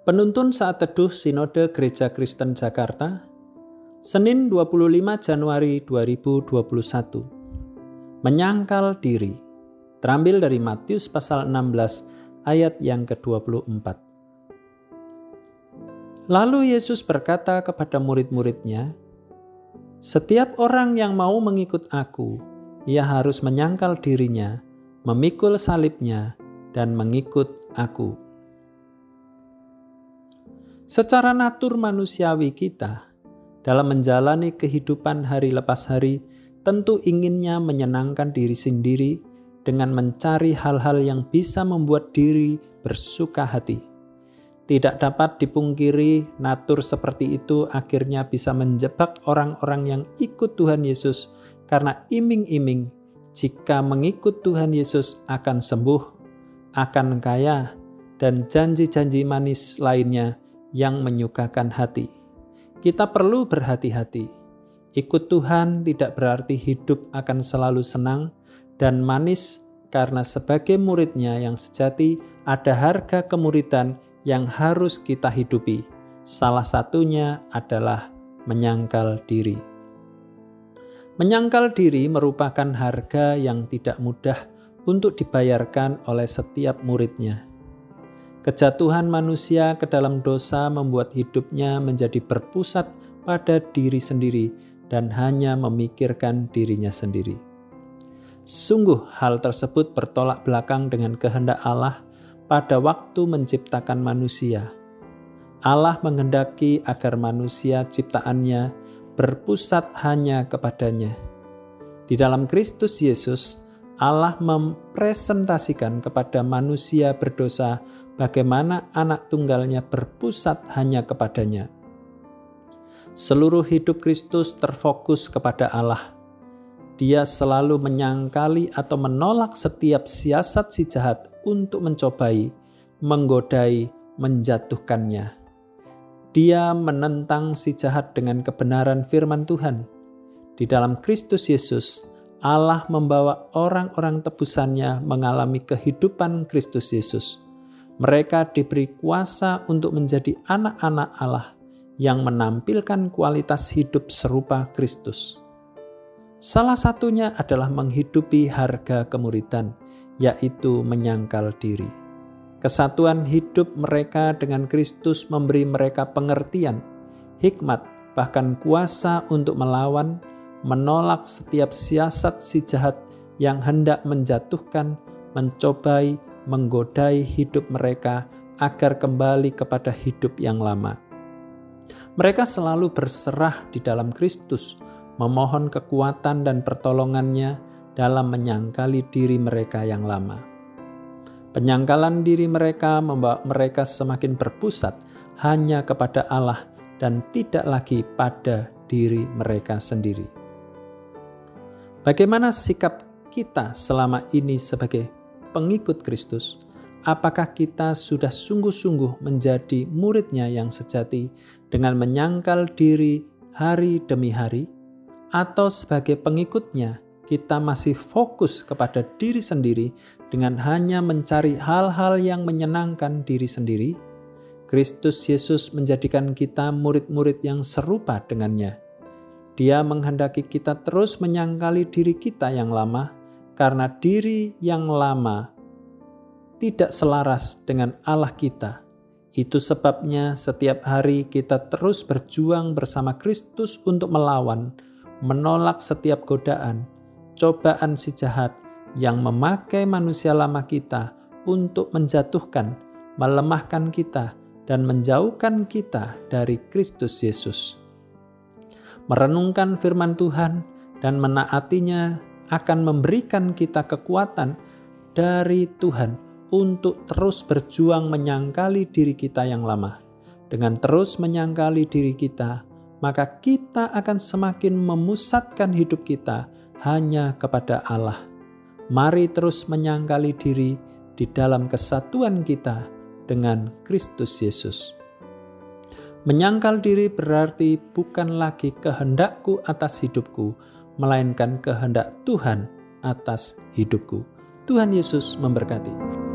Penuntun Saat Teduh Sinode Gereja Kristen Jakarta, Senin 25 Januari 2021. Menyangkal diri, terambil dari Matius pasal 16 ayat yang ke-24. Lalu Yesus berkata kepada murid-muridnya, "Setiap orang yang mau mengikut aku, ia harus menyangkal dirinya, memikul salibnya, dan mengikut aku." Secara natur manusiawi kita, dalam menjalani kehidupan hari lepas hari, tentu inginnya menyenangkan diri sendiri dengan mencari hal-hal yang bisa membuat diri bersuka hati. Tidak dapat dipungkiri, natur seperti itu akhirnya bisa menjebak orang-orang yang ikut Tuhan Yesus karena iming-iming jika mengikut Tuhan Yesus akan sembuh, akan kaya, dan janji-janji manis lainnya yang menyukakan hati. Kita perlu berhati-hati. Ikut Tuhan tidak berarti hidup akan selalu senang dan manis, karena sebagai muridnya yang sejati ada harga kemuridan yang harus kita hidupi. Salah satunya adalah menyangkal diri. Menyangkal diri merupakan harga yang tidak mudah untuk dibayarkan oleh setiap muridnya. Kejatuhan manusia ke dalam dosa membuat hidupnya menjadi berpusat pada diri sendiri dan hanya memikirkan dirinya sendiri. Sungguh hal tersebut bertolak belakang dengan kehendak Allah pada waktu menciptakan manusia. Allah menghendaki agar manusia ciptaannya berpusat hanya kepadanya. Di dalam Kristus Yesus, Allah mempresentasikan kepada manusia berdosa bagaimana anak tunggalnya berpusat hanya kepadanya. Seluruh hidup Kristus terfokus kepada Allah. Dia selalu menyangkali atau menolak setiap siasat si jahat untuk mencobai, menggodai, menjatuhkannya. Dia menentang si jahat dengan kebenaran firman Tuhan. Di dalam Kristus Yesus, Allah membawa orang-orang tebusannya mengalami kehidupan Kristus Yesus. Mereka diberi kuasa untuk menjadi anak-anak Allah yang menampilkan kualitas hidup serupa Kristus. Salah satunya adalah menghidupi harga kemuridan, yaitu menyangkal diri. Kesatuan hidup mereka dengan Kristus memberi mereka pengertian, hikmat, bahkan kuasa untuk melawan, menolak setiap siasat si jahat yang hendak menjatuhkan, mencobai, menggodai hidup mereka agar kembali kepada hidup yang lama. Mereka selalu berserah di dalam Kristus, memohon kekuatan dan pertolongannya dalam menyangkali diri mereka yang lama. Penyangkalan diri mereka membawa mereka semakin berpusat hanya kepada Allah dan tidak lagi pada diri mereka sendiri. Bagaimana sikap kita selama ini sebagai pengikut Kristus? Apakah kita sudah sungguh-sungguh menjadi murid-Nya yang sejati dengan menyangkal diri hari demi hari? Atau sebagai pengikut-Nya, kita masih fokus kepada diri sendiri dengan hanya mencari hal-hal yang menyenangkan diri sendiri? Kristus Yesus menjadikan kita murid-murid yang serupa dengannya. Dia menghendaki kita terus menyangkali diri kita yang lama, karena diri yang lama tidak selaras dengan Allah kita. Itu sebabnya setiap hari kita terus berjuang bersama Kristus untuk melawan, menolak setiap godaan, cobaan si jahat yang memakai manusia lama kita untuk menjatuhkan, melemahkan kita, dan menjauhkan kita dari Kristus Yesus. Merenungkan firman Tuhan dan menaatinya akan memberikan kita kekuatan dari Tuhan untuk terus berjuang menyangkali diri kita yang lama. Dengan terus menyangkali diri kita, maka kita akan semakin memusatkan hidup kita hanya kepada Allah. Mari terus menyangkali diri di dalam kesatuan kita dengan Kristus Yesus. Menyangkal diri berarti bukan lagi kehendakku atas hidupku, melainkan kehendak Tuhan atas hidupku. Tuhan Yesus memberkati.